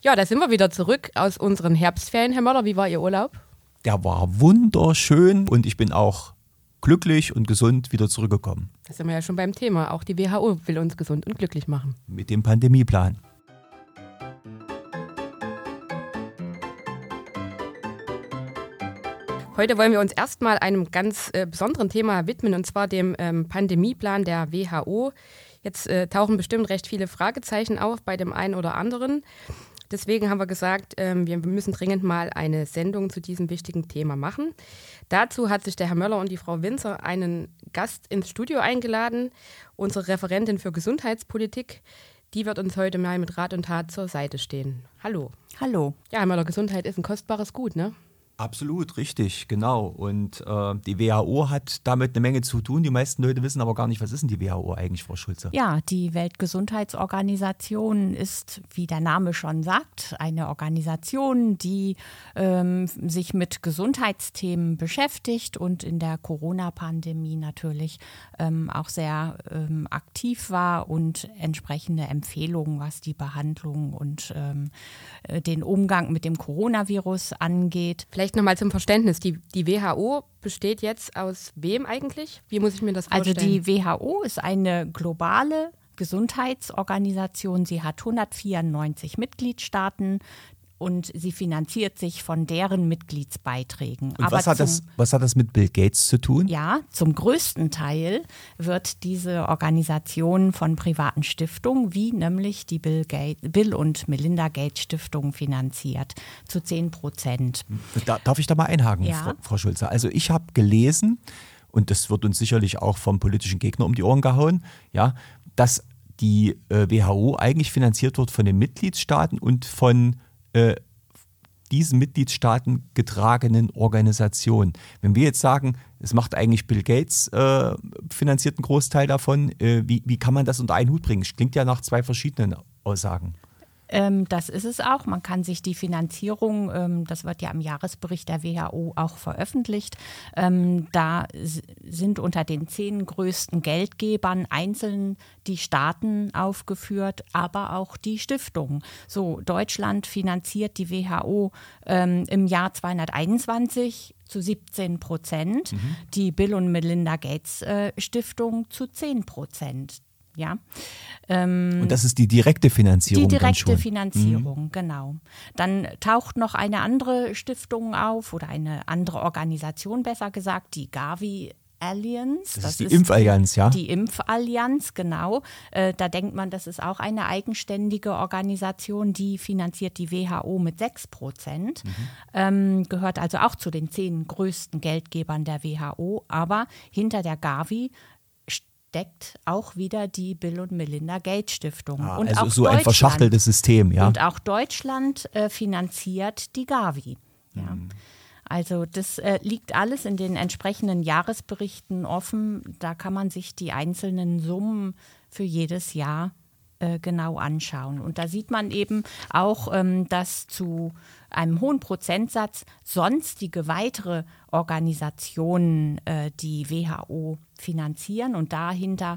Ja, da sind wir wieder zurück aus unseren Herbstferien. Herr Möller, wie war Ihr Urlaub? Der war wunderschön und ich bin auch glücklich und gesund wieder zurückgekommen. Da sind wir ja schon beim Thema. Auch die WHO will uns gesund und glücklich machen. Mit dem Pandemieplan. Heute wollen wir uns erstmal einem ganz besonderen Thema widmen, und zwar dem Pandemieplan der WHO. Jetzt tauchen bestimmt recht viele Fragezeichen auf bei dem einen oder anderen. Deswegen haben wir gesagt, wir müssen dringend mal eine Sendung zu diesem wichtigen Thema machen. Dazu hat sich der Herr Möller und die Frau Winzer einen Gast ins Studio eingeladen, unsere Referentin für Gesundheitspolitik. Die wird uns heute mal mit Rat und Tat zur Seite stehen. Hallo. Hallo. Ja, Herr Möller, Gesundheit ist ein kostbares Gut, ne? Absolut, richtig, genau. Und die WHO hat damit eine Menge zu tun. Die meisten Leute wissen aber gar nicht, was ist denn die WHO eigentlich, Frau Schulze? Ja, die Weltgesundheitsorganisation ist, wie der Name schon sagt, eine Organisation, die sich mit Gesundheitsthemen beschäftigt und in der Corona-Pandemie natürlich auch sehr aktiv war und entsprechende Empfehlungen, was die Behandlung und den Umgang mit dem Coronavirus angeht. Vielleicht nochmal zum Verständnis, die WHO besteht jetzt aus wem eigentlich? Wie muss ich mir das vorstellen? Also die WHO ist eine globale Gesundheitsorganisation. Sie hat 194 Mitgliedstaaten und sie finanziert sich von deren Mitgliedsbeiträgen. Und was hat das mit Bill Gates zu tun? Ja, zum größten Teil wird diese Organisation von privaten Stiftungen, wie nämlich die Bill und Melinda Gates Stiftung, finanziert, zu 10%. Darf ich da mal einhaken, Ja. Frau Schulze? Also ich habe gelesen, und das wird uns sicherlich auch vom politischen Gegner um die Ohren gehauen, ja, dass die WHO eigentlich finanziert wird von den Mitgliedstaaten und von diesen Mitgliedstaaten getragenen Organisationen. Wenn wir jetzt sagen, es macht eigentlich Bill Gates finanziert einen Großteil davon, wie kann man das unter einen Hut bringen? Klingt ja nach zwei verschiedenen Aussagen. Das ist es auch. Man kann sich die Finanzierung, das wird ja im Jahresbericht der WHO auch veröffentlicht, da sind unter den 10 größten Geldgebern einzeln die Staaten aufgeführt, aber auch die Stiftungen. So, Deutschland finanziert die WHO im Jahr 2021 zu 17%, die Bill und Melinda Gates Stiftung zu 10%. Ja. Und das ist die direkte Finanzierung. Die dann direkte schon. Finanzierung, genau. Dann taucht noch eine andere Stiftung auf oder eine andere Organisation, besser gesagt, die Gavi Alliance. Das ist die Impfallianz, ja? Die Impfallianz, genau. Da denkt man, das ist auch eine eigenständige Organisation, die finanziert die WHO mit 6%. Gehört also auch zu den 10 größten Geldgebern der WHO. Aber hinter der Gavi steckt auch wieder die Bill und Melinda Gates Stiftung. Und also auch so ein verschachteltes System, ja. Und auch Deutschland finanziert die Gavi. Ja. Also das liegt alles in den entsprechenden Jahresberichten offen. Da kann man sich die einzelnen Summen für jedes Jahr genau anschauen. Und da sieht man eben auch, dass zu einem hohen Prozentsatz sonstige weitere Organisationen die WHO finanzieren und dahinter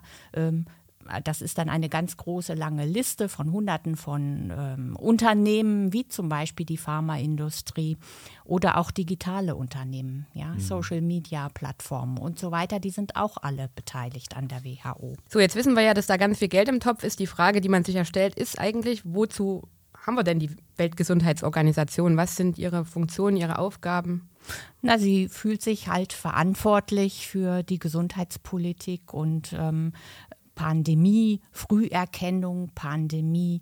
das ist dann eine ganz große, lange Liste von Hunderten von Unternehmen, wie zum Beispiel die Pharmaindustrie oder auch digitale Unternehmen, ja, Social-Media-Plattformen und so weiter. Die sind auch alle beteiligt an der WHO. So, jetzt wissen wir ja, dass da ganz viel Geld im Topf ist. Die Frage, die man sich ja stellt, ist eigentlich, wozu haben wir denn die Weltgesundheitsorganisation? Was sind ihre Funktionen, ihre Aufgaben? Na, sie fühlt sich halt verantwortlich für die Gesundheitspolitik und Pandemie, Früherkennung, Pandemie,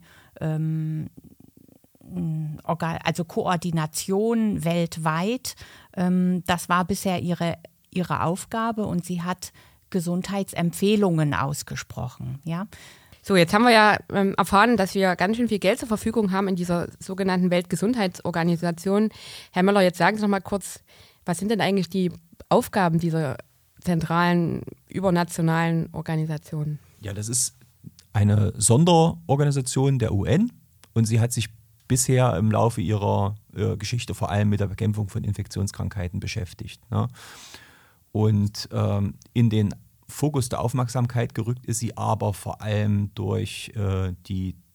also Koordination weltweit. Das war bisher ihre Aufgabe und sie hat Gesundheitsempfehlungen ausgesprochen. Ja. So, jetzt haben wir ja erfahren, dass wir ganz schön viel Geld zur Verfügung haben in dieser sogenannten Weltgesundheitsorganisation. Herr Möller, jetzt sagen Sie noch mal kurz, was sind denn eigentlich die Aufgaben dieser zentralen, übernationalen Organisation? Ja, das ist eine Sonderorganisation der UN und sie hat sich bisher im Laufe ihrer Geschichte vor allem mit der Bekämpfung von Infektionskrankheiten beschäftigt. Ne? Und in den Fokus der Aufmerksamkeit gerückt ist sie aber vor allem durch die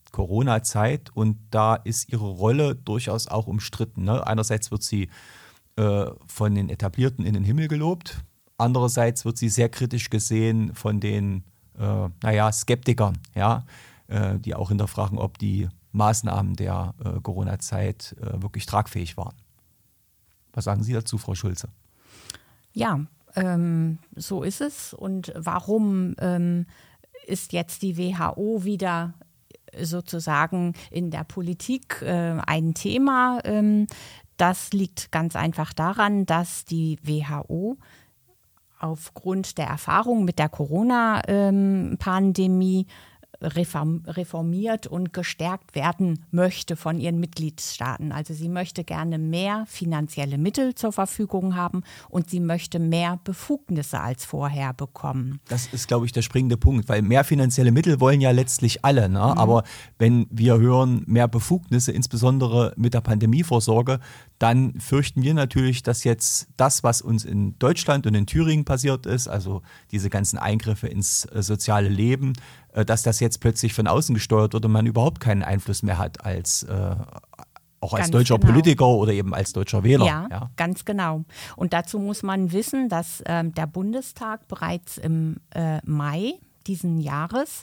Corona-Zeit und da ist ihre Rolle durchaus auch umstritten. Ne? Einerseits wird sie von den Etablierten in den Himmel gelobt, andererseits wird sie sehr kritisch gesehen von den Skeptikern, ja? Die auch hinterfragen, ob die Maßnahmen der Corona-Zeit wirklich tragfähig waren. Was sagen Sie dazu, Frau Schulze? Ja, so ist es. Und warum ist jetzt die WHO wieder sozusagen in der Politik ein Thema? Das liegt ganz einfach daran, dass die WHO aufgrund der Erfahrung mit der Corona-Pandemie reformiert und gestärkt werden möchte von ihren Mitgliedstaaten. Also sie möchte gerne mehr finanzielle Mittel zur Verfügung haben und sie möchte mehr Befugnisse als vorher bekommen. Das ist, glaube ich, der springende Punkt, weil mehr finanzielle Mittel wollen ja letztlich alle. Ne? Aber wenn wir hören, mehr Befugnisse, insbesondere mit der Pandemievorsorge, dann fürchten wir natürlich, dass jetzt das, was uns in Deutschland und in Thüringen passiert ist, also diese ganzen Eingriffe ins soziale Leben, dass das jetzt plötzlich von außen gesteuert wird und man überhaupt keinen Einfluss mehr hat auch als deutscher Politiker oder eben als deutscher Wähler. Ja, ganz genau. Und dazu muss man wissen, dass der Bundestag bereits im Mai diesen Jahres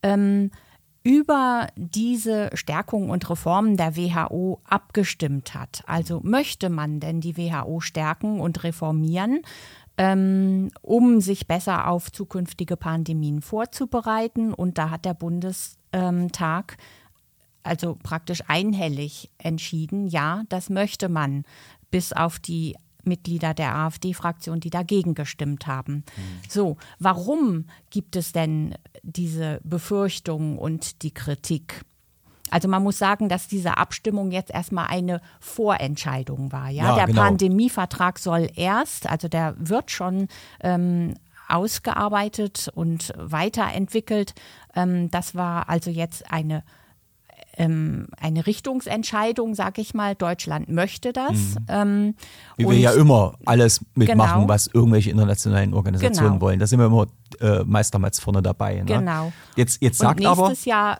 über diese Stärkung und Reformen der WHO abgestimmt hat. Also möchte man denn die WHO stärken und reformieren, um sich besser auf zukünftige Pandemien vorzubereiten. Und da hat der Bundestag also praktisch einhellig entschieden, ja, das möchte man, bis auf die Mitglieder der AfD-Fraktion, die dagegen gestimmt haben. So, warum gibt es denn diese Befürchtungen und die Kritik? Also man muss sagen, dass diese Abstimmung jetzt erstmal eine Vorentscheidung war. Ja? Der Pandemievertrag soll also der wird schon ausgearbeitet und weiterentwickelt. Das war also jetzt eine Richtungsentscheidung, sag ich mal. Deutschland möchte das. Wie wir ja immer alles mitmachen, was irgendwelche internationalen Organisationen wollen. Da sind wir immer meist vorne dabei. Ne? Genau. Jetzt sagt aber... Nächstes Jahr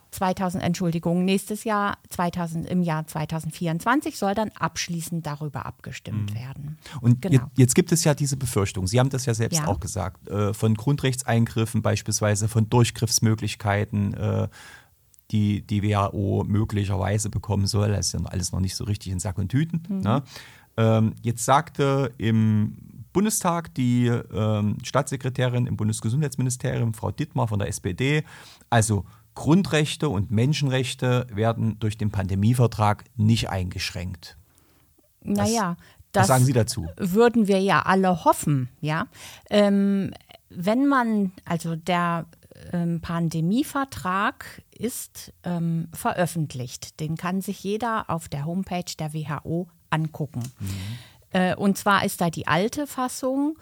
2024 soll dann abschließend darüber abgestimmt werden. Und jetzt gibt es ja diese Befürchtung, Sie haben das ja selbst auch gesagt, von Grundrechtseingriffen beispielsweise, von Durchgriffsmöglichkeiten, die WHO möglicherweise bekommen soll. Das ist ja alles noch nicht so richtig in Sack und Tüten. Ne? Jetzt sagte im Bundestag die Staatssekretärin im Bundesgesundheitsministerium, Frau Dittmar von der SPD, also Grundrechte und Menschenrechte werden durch den Pandemievertrag nicht eingeschränkt. Naja, was sagen Sie dazu? Würden wir ja alle hoffen. Ja? Wenn man, also der Pandemievertrag ist veröffentlicht. Den kann sich jeder auf der Homepage der WHO angucken. Und zwar ist da die alte Fassung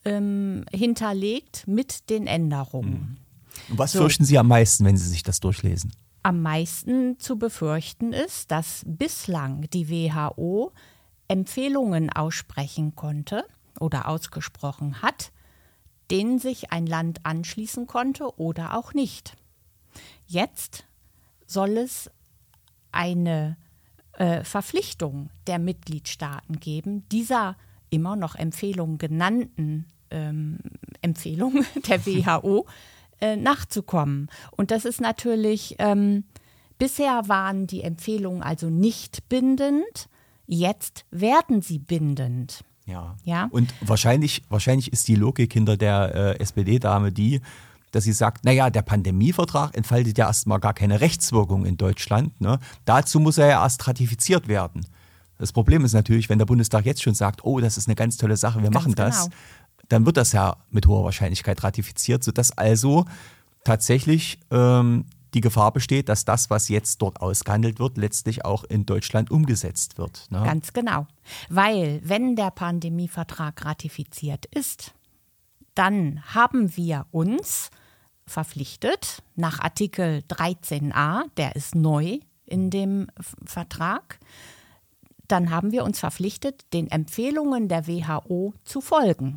hinterlegt mit den Änderungen. Und was fürchten Sie am meisten, wenn Sie sich das durchlesen? Am meisten zu befürchten ist, dass bislang die WHO Empfehlungen aussprechen konnte oder ausgesprochen hat, denen sich ein Land anschließen konnte oder auch nicht. Jetzt soll es eine Verpflichtung der Mitgliedstaaten geben, dieser immer noch Empfehlung genannten Empfehlung der WHO nachzukommen. Und das ist natürlich, bisher waren die Empfehlungen also nicht bindend, jetzt werden sie bindend. Ja. Und wahrscheinlich ist die Logik hinter der SPD-Dame die, dass sie sagt, naja, der Pandemievertrag entfaltet ja erstmal gar keine Rechtswirkung in Deutschland. Ne? Dazu muss er ja erst ratifiziert werden. Das Problem ist natürlich, wenn der Bundestag jetzt schon sagt, oh, das ist eine ganz tolle Sache, wir machen das, dann wird das ja mit hoher Wahrscheinlichkeit ratifiziert, sodass also tatsächlich die Gefahr besteht, dass das, was jetzt dort ausgehandelt wird, letztlich auch in Deutschland umgesetzt wird. Ne? Ganz genau. Weil, wenn der Pandemievertrag ratifiziert ist, dann haben wir uns verpflichtet, nach Artikel 13a, der ist neu in dem Vertrag, dann haben wir uns verpflichtet, den Empfehlungen der WHO zu folgen.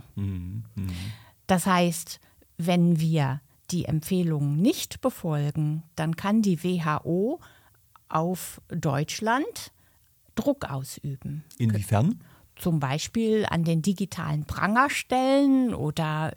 Das heißt, wenn wir die Empfehlungen nicht befolgen, dann kann die WHO auf Deutschland Druck ausüben. Inwiefern? Zum Beispiel an den digitalen Prangerstellen oder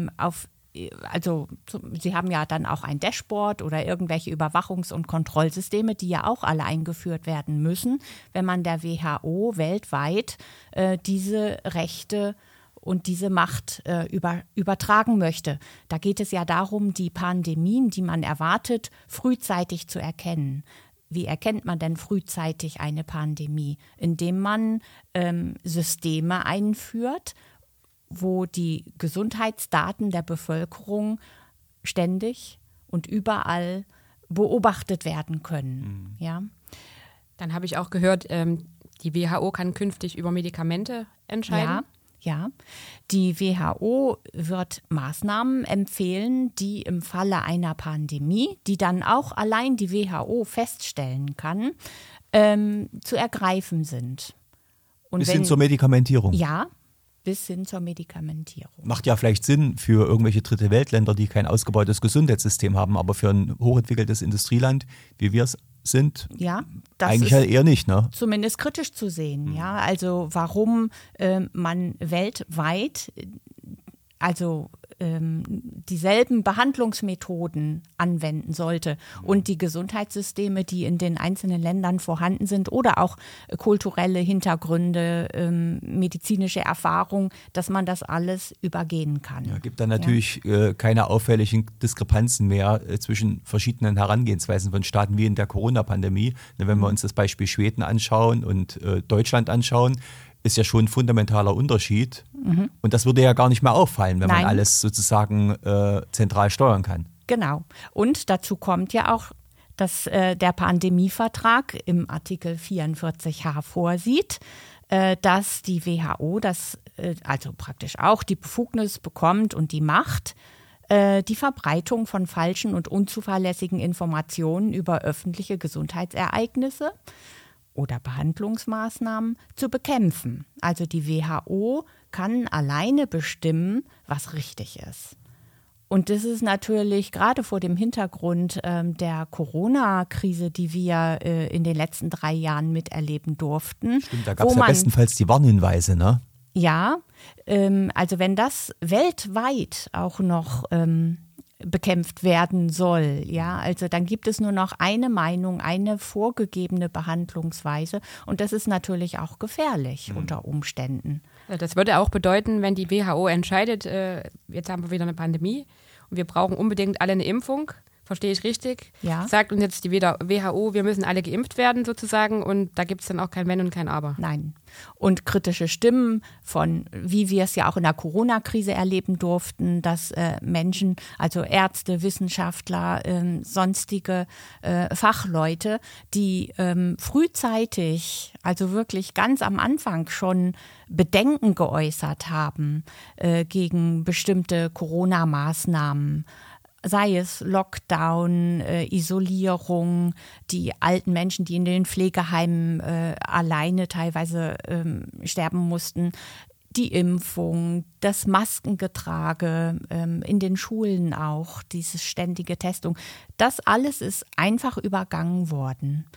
Sie haben ja dann auch ein Dashboard oder irgendwelche Überwachungs- und Kontrollsysteme, die ja auch alle eingeführt werden müssen, wenn man der WHO weltweit diese Rechte und diese Macht übertragen möchte. Da geht es ja darum, die Pandemien, die man erwartet, frühzeitig zu erkennen. Wie erkennt man denn frühzeitig eine Pandemie? Indem man Systeme einführt, wo die Gesundheitsdaten der Bevölkerung ständig und überall beobachtet werden können. Ja? Dann habe ich auch gehört, die WHO kann künftig über Medikamente entscheiden. Ja, die WHO wird Maßnahmen empfehlen, die im Falle einer Pandemie, die dann auch allein die WHO feststellen kann, zu ergreifen sind. Und bis hin zur Medikamentierung. Ja, bis hin zur Medikamentierung. Macht ja vielleicht Sinn für irgendwelche dritte Weltländer, die kein ausgebautes Gesundheitssystem haben, aber für ein hochentwickeltes Industrieland, wie wir es sind, das eigentlich ist halt eher nicht, ne? Zumindest kritisch zu sehen, ja. Also warum man weltweit dieselben Behandlungsmethoden anwenden sollte und die Gesundheitssysteme, die in den einzelnen Ländern vorhanden sind oder auch kulturelle Hintergründe, medizinische Erfahrung, dass man das alles übergehen kann. Ja, gibt dann natürlich keine auffälligen Diskrepanzen mehr zwischen verschiedenen Herangehensweisen von Staaten wie in der Corona-Pandemie. Wenn wir uns das Beispiel Schweden anschauen und Deutschland anschauen, ist ja schon ein fundamentaler Unterschied. Und das würde ja gar nicht mehr auffallen, wenn man alles sozusagen zentral steuern kann. Genau. Und dazu kommt ja auch, dass der Pandemievertrag im Artikel 44h vorsieht, dass die WHO also praktisch auch die Befugnis bekommt und die Macht, die Verbreitung von falschen und unzuverlässigen Informationen über öffentliche Gesundheitsereignisse oder Behandlungsmaßnahmen zu bekämpfen. Also die WHO kann alleine bestimmen, was richtig ist. Und das ist natürlich gerade vor dem Hintergrund der Corona-Krise, die wir in den letzten 3 Jahren miterleben durften. Stimmt, da gab es ja bestenfalls die Warnhinweise, ne? Ja, also wenn das weltweit auch noch bekämpft werden soll, ja, also dann gibt es nur noch eine Meinung, eine vorgegebene Behandlungsweise und das ist natürlich auch gefährlich unter Umständen. Das würde auch bedeuten, wenn die WHO entscheidet, jetzt haben wir wieder eine Pandemie und wir brauchen unbedingt alle eine Impfung, verstehe ich richtig? Ja. Sagt uns jetzt die WHO, wir müssen alle geimpft werden sozusagen und da gibt es dann auch kein Wenn und kein Aber. Nein. Und kritische Stimmen von, wie wir es ja auch in der Corona-Krise erleben durften, dass Menschen, also Ärzte, Wissenschaftler, sonstige Fachleute, die frühzeitig, also wirklich ganz am Anfang schon Bedenken geäußert haben gegen bestimmte Corona-Maßnahmen, sei es Lockdown, Isolierung, die alten Menschen, die in den Pflegeheimen alleine teilweise sterben mussten, die Impfung, das Maskengetrage, in den Schulen auch, diese ständige Testung. Das alles ist einfach übergangen worden.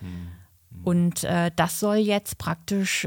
Und das soll jetzt praktisch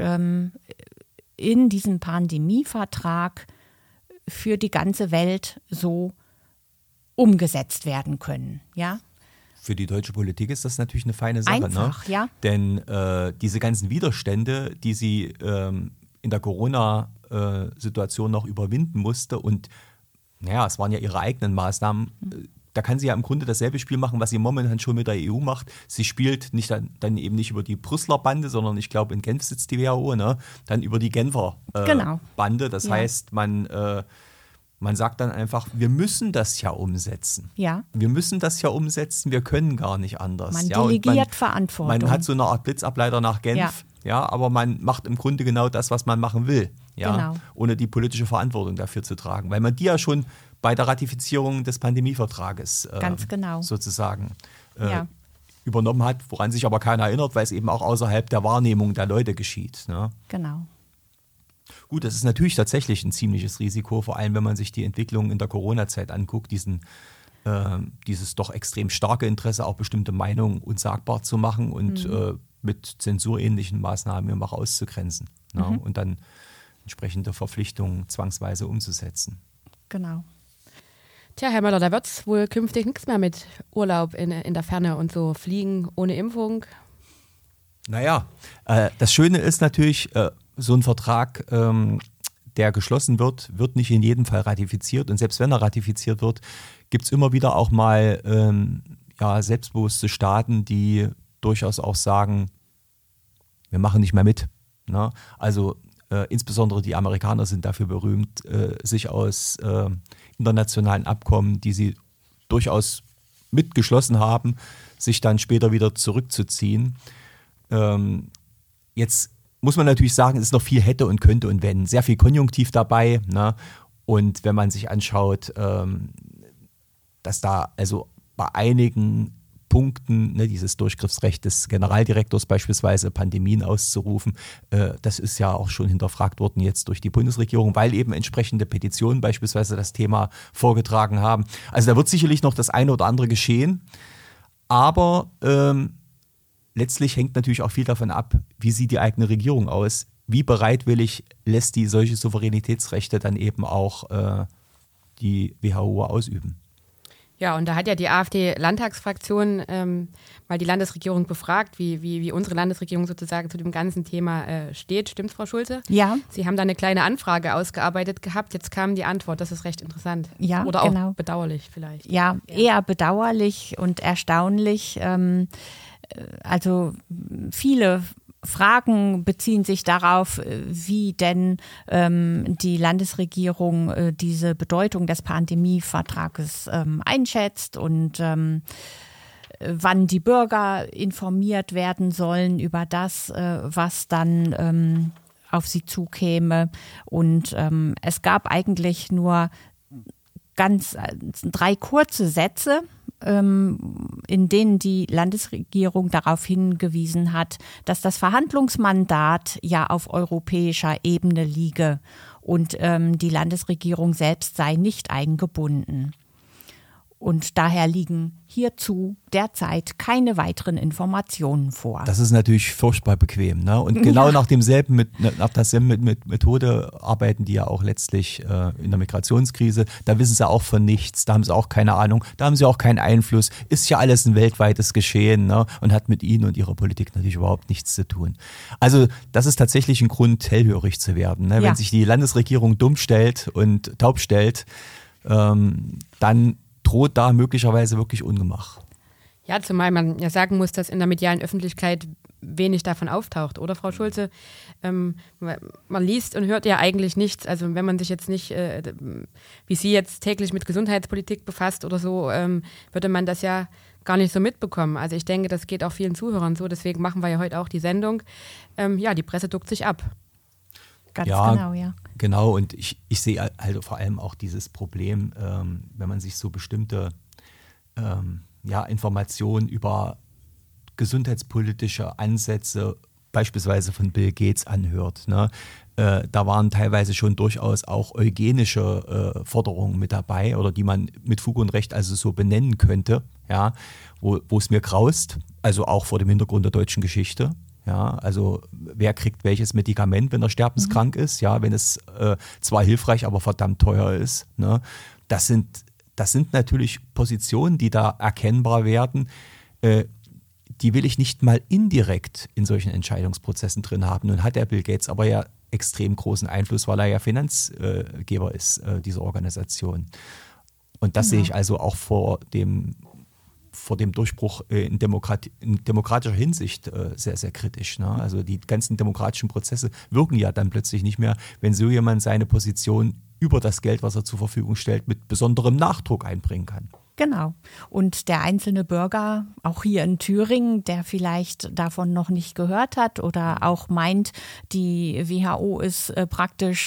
in diesem Pandemievertrag für die ganze Welt so umgesetzt werden können, ja. Für die deutsche Politik ist das natürlich eine feine Sache. Einfach, ne? Ja. Denn diese ganzen Widerstände, die sie in der Corona-Situation noch überwinden musste und naja, es waren ja ihre eigenen Maßnahmen, da kann sie ja im Grunde dasselbe Spiel machen, was sie momentan schon mit der EU macht. Sie spielt dann eben nicht über die Brüsseler Bande, sondern ich glaube in Genf sitzt die WHO, ne? Dann über die Genfer Bande. Das heißt, man sagt dann einfach, wir müssen das ja umsetzen. Ja. Wir müssen das ja umsetzen, wir können gar nicht anders. Man delegiert Verantwortung. Man hat so eine Art Blitzableiter nach Genf, aber man macht im Grunde genau das, was man machen will, ohne die politische Verantwortung dafür zu tragen. Weil man die ja schon bei der Ratifizierung des Pandemievertrages ganz genau sozusagen übernommen hat, woran sich aber keiner erinnert, weil es eben auch außerhalb der Wahrnehmung der Leute geschieht. Ne? Genau. Gut, das ist natürlich tatsächlich ein ziemliches Risiko, vor allem wenn man sich die Entwicklung in der Corona-Zeit anguckt, diesen dieses doch extrem starke Interesse, auch bestimmte Meinungen unsagbar zu machen und mit zensurähnlichen Maßnahmen immer rauszugrenzen, ne? Und dann entsprechende Verpflichtungen zwangsweise umzusetzen. Genau. Tja, Herr Möller, da wird es wohl künftig nichts mehr mit Urlaub in der Ferne und so Fliegen ohne Impfung. Naja, das Schöne ist natürlich, so ein Vertrag, der geschlossen wird nicht in jedem Fall ratifiziert. Und selbst wenn er ratifiziert wird, gibt es immer wieder auch mal selbstbewusste Staaten, die durchaus auch sagen, wir machen nicht mehr mit. Ne? Also insbesondere die Amerikaner sind dafür berühmt, sich aus internationalen Abkommen, die sie durchaus mitgeschlossen haben, sich dann später wieder zurückzuziehen. Jetzt muss man natürlich sagen, es ist noch viel hätte und könnte und wenn. Sehr viel Konjunktiv dabei. Ne? Und wenn man sich anschaut, dass da also bei einigen Punkten, ne, dieses Durchgriffsrecht des Generaldirektors beispielsweise, Pandemien auszurufen, das ist ja auch schon hinterfragt worden jetzt durch die Bundesregierung, weil eben entsprechende Petitionen beispielsweise das Thema vorgetragen haben. Also da wird sicherlich noch das eine oder andere geschehen, aber letztlich hängt natürlich auch viel davon ab, wie sieht die eigene Regierung aus, wie bereitwillig lässt die solche Souveränitätsrechte dann eben auch die WHO ausüben. Ja, und da hat ja die AfD-Landtagsfraktion mal die Landesregierung befragt, wie unsere Landesregierung sozusagen zu dem ganzen Thema steht. Stimmt's, Frau Schulze? Ja. Sie haben da eine kleine Anfrage ausgearbeitet gehabt. Jetzt kam die Antwort. Das ist recht interessant. Ja, oder genau. Auch bedauerlich vielleicht. Ja, eher bedauerlich und erstaunlich. Also viele Fragen beziehen sich darauf, wie denn die Landesregierung diese Bedeutung des Pandemievertrages einschätzt und wann die Bürger informiert werden sollen über das, was dann auf sie zukäme. Und es gab eigentlich nur 3 kurze Sätze, in denen die Landesregierung darauf hingewiesen hat, dass das Verhandlungsmandat ja auf europäischer Ebene liege und die Landesregierung selbst sei nicht eingebunden. Und daher liegen hierzu derzeit keine weiteren Informationen vor. Das ist natürlich furchtbar bequem, ne? Und genau nach derselben Methode arbeiten die ja auch letztlich in der Migrationskrise. Da wissen sie auch von nichts, da haben sie auch keine Ahnung, da haben sie auch keinen Einfluss. Ist ja alles ein weltweites Geschehen, ne? Und hat mit ihnen und ihrer Politik natürlich überhaupt nichts zu tun. Also das ist tatsächlich ein Grund, hellhörig zu werden, ne? Ja. Wenn sich die Landesregierung dumm stellt und taub stellt, dann droht da möglicherweise wirklich Ungemach. Ja, zumal man ja sagen muss, dass in der medialen Öffentlichkeit wenig davon auftaucht, oder Frau Schulze? Man liest und hört ja eigentlich nichts. Also wenn man sich jetzt nicht, wie Sie jetzt täglich mit Gesundheitspolitik befasst oder so, würde man das ja gar nicht so mitbekommen. Also ich denke, das geht auch vielen Zuhörern so. Deswegen machen wir ja heute auch die Sendung. Die Presse duckt sich ab. Ganz genau, ja. Genau, und ich sehe halt vor allem auch dieses Problem, wenn man sich so bestimmte Informationen über gesundheitspolitische Ansätze beispielsweise von Bill Gates anhört. Ne? Da waren teilweise schon durchaus auch eugenische Forderungen mit dabei oder die man mit Fug und Recht also so benennen könnte, ja? Wo es mir graust, also auch vor dem Hintergrund der deutschen Geschichte. Ja, also wer kriegt welches Medikament, wenn er sterbenskrank ist, ja, wenn es zwar hilfreich, aber verdammt teuer ist. Ne? Das sind natürlich Positionen, die da erkennbar werden, die will ich nicht mal indirekt in solchen Entscheidungsprozessen drin haben. Nun hat der Bill Gates aber ja extrem großen Einfluss, weil er ja Finanzgeber ist, dieser Organisation. Und das sehe ich also auch vor dem Durchbruch in demokratischer Hinsicht sehr, sehr kritisch. Ne? Also die ganzen demokratischen Prozesse wirken ja dann plötzlich nicht mehr, wenn so jemand seine Position über das Geld, was er zur Verfügung stellt, mit besonderem Nachdruck einbringen kann. Genau. Und der einzelne Bürger, auch hier in Thüringen, der vielleicht davon noch nicht gehört hat oder auch meint, die WHO ist praktisch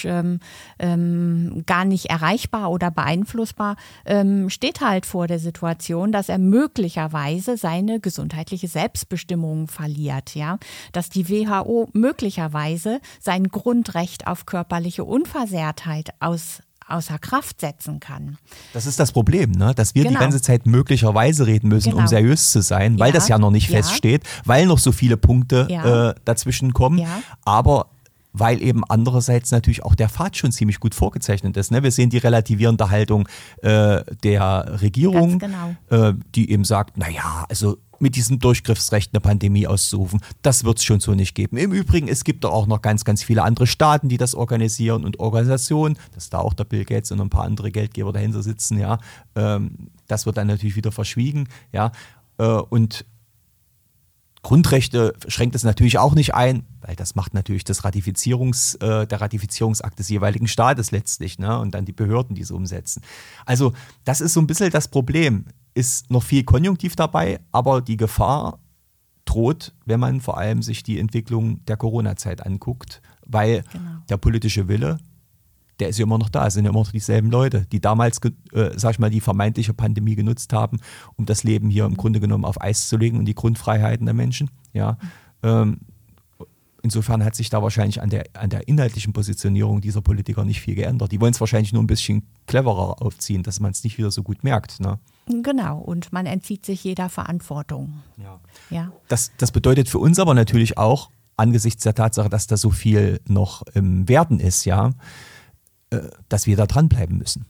gar nicht erreichbar oder beeinflussbar, steht halt vor der Situation, dass er möglicherweise seine gesundheitliche Selbstbestimmung verliert. Ja? Dass die WHO möglicherweise sein Grundrecht auf körperliche Unversehrtheit außer Kraft setzen kann. Das ist das Problem, ne? Dass wir Genau. die ganze Zeit möglicherweise reden müssen, um Genau. seriös zu sein, weil Ja, das ja noch nicht ja. feststeht, weil noch so viele Punkte Ja. dazwischen kommen, Ja. aber weil eben andererseits natürlich auch der Pfad schon ziemlich gut vorgezeichnet ist. Ne? Wir sehen die relativierende Haltung der Regierung, Ganz genau. die eben sagt, naja, also mit diesem Durchgriffsrecht eine Pandemie auszurufen, das wird es schon so nicht geben. Im Übrigen, es gibt da auch noch ganz, ganz viele andere Staaten, die das organisieren und Organisationen, dass da auch der Bill Gates und ein paar andere Geldgeber dahinter sitzen, ja. Das wird dann natürlich wieder verschwiegen, ja. Und Grundrechte schränkt es natürlich auch nicht ein, weil das macht natürlich der Ratifizierungsakt des jeweiligen Staates letztlich, ne? Und dann die Behörden, die es umsetzen. Also das ist so ein bisschen das Problem. Ist noch viel Konjunktiv dabei, aber die Gefahr droht, wenn man vor allem sich die Entwicklung der Corona-Zeit anguckt, weil der politische Wille, der ist ja immer noch da. Es sind ja immer noch dieselben Leute, die damals, sag ich mal, die vermeintliche Pandemie genutzt haben, um das Leben hier im Grunde genommen auf Eis zu legen und die Grundfreiheiten der Menschen. Ja. Insofern hat sich da wahrscheinlich an der inhaltlichen Positionierung dieser Politiker nicht viel geändert. Die wollen es wahrscheinlich nur ein bisschen cleverer aufziehen, dass man es nicht wieder so gut merkt. Ne? Genau, und man entzieht sich jeder Verantwortung. Ja. Das bedeutet für uns aber natürlich auch, angesichts der Tatsache, dass da so viel noch im Werden ist, ja, dass wir da dranbleiben müssen.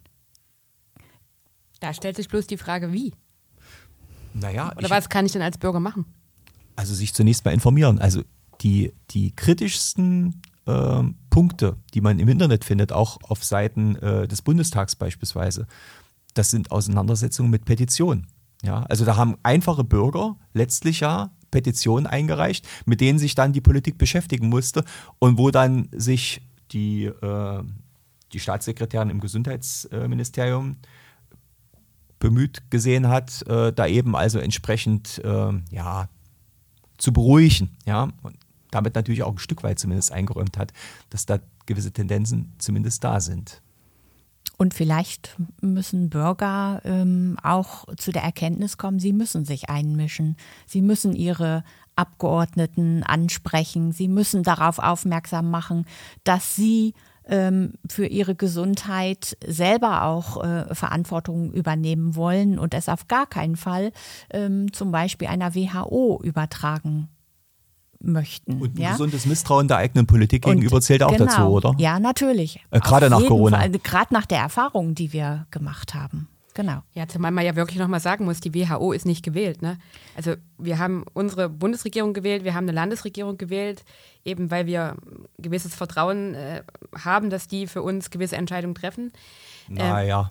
Da stellt sich bloß die Frage, wie? Naja, Oder was kann ich denn als Bürger machen? Also sich zunächst mal informieren. Also die kritischsten Punkte, die man im Internet findet, auch auf Seiten des Bundestags beispielsweise, das sind Auseinandersetzungen mit Petitionen. Ja, also da haben einfache Bürger letztlich ja Petitionen eingereicht, mit denen sich dann die Politik beschäftigen musste und wo dann sich die Staatssekretärin im Gesundheitsministerium bemüht gesehen hat, da eben also entsprechend zu beruhigen, ja, und damit natürlich auch ein Stück weit zumindest eingeräumt hat, dass da gewisse Tendenzen zumindest da sind. Und vielleicht müssen Bürger auch zu der Erkenntnis kommen, sie müssen sich einmischen. Sie müssen ihre Abgeordneten ansprechen. Sie müssen darauf aufmerksam machen, dass sie für ihre Gesundheit selber auch Verantwortung übernehmen wollen und es auf gar keinen Fall zum Beispiel einer WHO übertragen möchten. Und ein gesundes Misstrauen der eigenen Politik gegenüber zählt auch genau, dazu, oder? Ja, natürlich. Gerade nach Corona. Gerade nach der Erfahrung, die wir gemacht haben. Genau. Ja, zumal man ja wirklich nochmal sagen muss, die WHO ist nicht gewählt. Ne? Also wir haben unsere Bundesregierung gewählt, wir haben eine Landesregierung gewählt, eben weil wir gewisses Vertrauen haben, dass die für uns gewisse Entscheidungen treffen. Naja.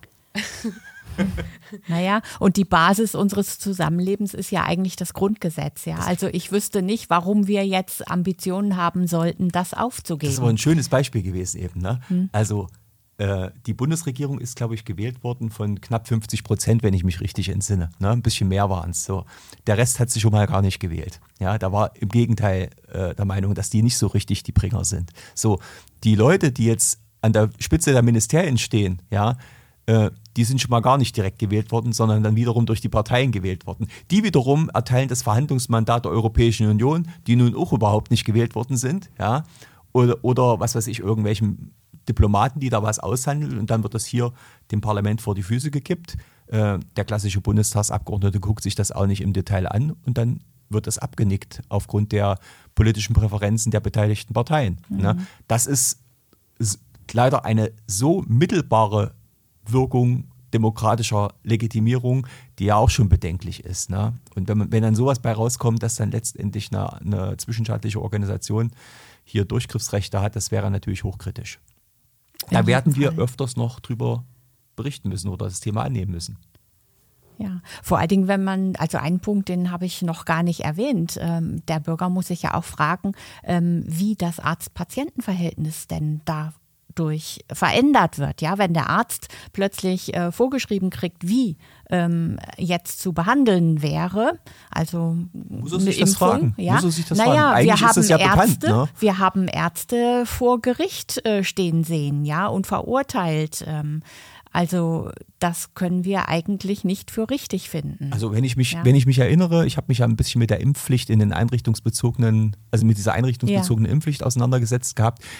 Naja, und die Basis unseres Zusammenlebens ist ja eigentlich das Grundgesetz. Ja, also ich wüsste nicht, warum wir jetzt Ambitionen haben sollten, das aufzugeben. Das ist aber ein schönes Beispiel gewesen eben. Ne? Also die Bundesregierung ist, glaube ich, gewählt worden von knapp 50%, wenn ich mich richtig entsinne. Ne? Ein bisschen mehr waren es so. Der Rest hat sich schon mal gar nicht gewählt. Ja, da war im Gegenteil der Meinung, dass die nicht so richtig die Bringer sind. So, die Leute, die jetzt an der Spitze der Ministerien stehen, ja, die sind schon mal gar nicht direkt gewählt worden, sondern dann wiederum durch die Parteien gewählt worden. Die wiederum erteilen das Verhandlungsmandat der Europäischen Union, die nun auch überhaupt nicht gewählt worden sind, ja, oder was weiß ich, irgendwelchen Diplomaten, die da was aushandeln und dann wird das hier dem Parlament vor die Füße gekippt. Der klassische Bundestagsabgeordnete guckt sich das auch nicht im Detail an und dann wird es abgenickt aufgrund der politischen Präferenzen der beteiligten Parteien. Ne? Das ist leider eine so mittelbare Wirkung demokratischer Legitimierung, die ja auch schon bedenklich ist. Ne? Und wenn dann sowas bei rauskommt, dass dann letztendlich eine zwischenstaatliche Organisation hier Durchgriffsrechte hat, das wäre natürlich hochkritisch. Da werden wir öfters noch drüber berichten müssen oder das Thema annehmen müssen. Ja, vor allen Dingen, wenn man, also einen Punkt, den habe ich noch gar nicht erwähnt, der Bürger muss sich ja auch fragen, wie das Arzt-Patienten-Verhältnis denn dadurch verändert wird. Ja, wenn der Arzt plötzlich vorgeschrieben kriegt, wie jetzt zu behandeln wäre, also muss er sich das fragen? Ja? Muss er sich das fragen? Eigentlich ist es ja bekannt. Ne? Wir haben Ärzte vor Gericht stehen sehen, ja, und verurteilt. Also das können wir eigentlich nicht für richtig finden. Also wenn ich mich erinnere, ich habe mich ja ein bisschen mit der Impfpflicht in den mit dieser einrichtungsbezogenen Impfpflicht auseinandergesetzt gehabt.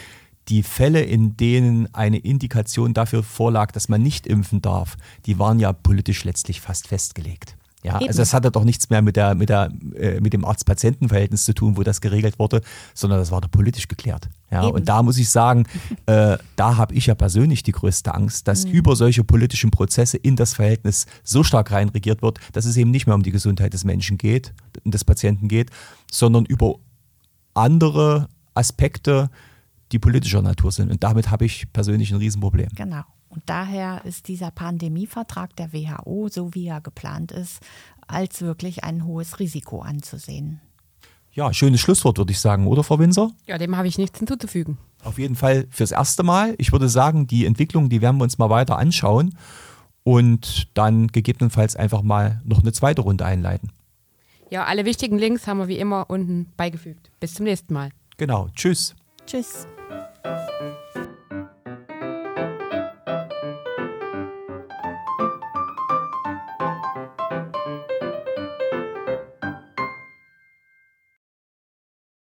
die Fälle, in denen eine Indikation dafür vorlag, dass man nicht impfen darf, die waren ja politisch letztlich fast festgelegt. Ja, also das hatte doch nichts mehr mit dem Arzt-Patienten-Verhältnis zu tun, wo das geregelt wurde, sondern das war doch politisch geklärt. Ja, und da muss ich sagen, da habe ich ja persönlich die größte Angst, dass über solche politischen Prozesse in das Verhältnis so stark reinregiert wird, dass es eben nicht mehr um die Gesundheit des Menschen geht, des Patienten geht, sondern über andere Aspekte, die politischer Natur sind. Und damit habe ich persönlich ein Riesenproblem. Genau. Und daher ist dieser Pandemievertrag der WHO, so wie er geplant ist, als wirklich ein hohes Risiko anzusehen. Ja, schönes Schlusswort, würde ich sagen, oder Frau Winser? Ja, dem habe ich nichts hinzuzufügen. Auf jeden Fall fürs erste Mal. Ich würde sagen, die Entwicklung, die werden wir uns mal weiter anschauen und dann gegebenenfalls einfach mal noch eine zweite Runde einleiten. Ja, alle wichtigen Links haben wir wie immer unten beigefügt. Bis zum nächsten Mal. Genau, tschüss. Tschüss.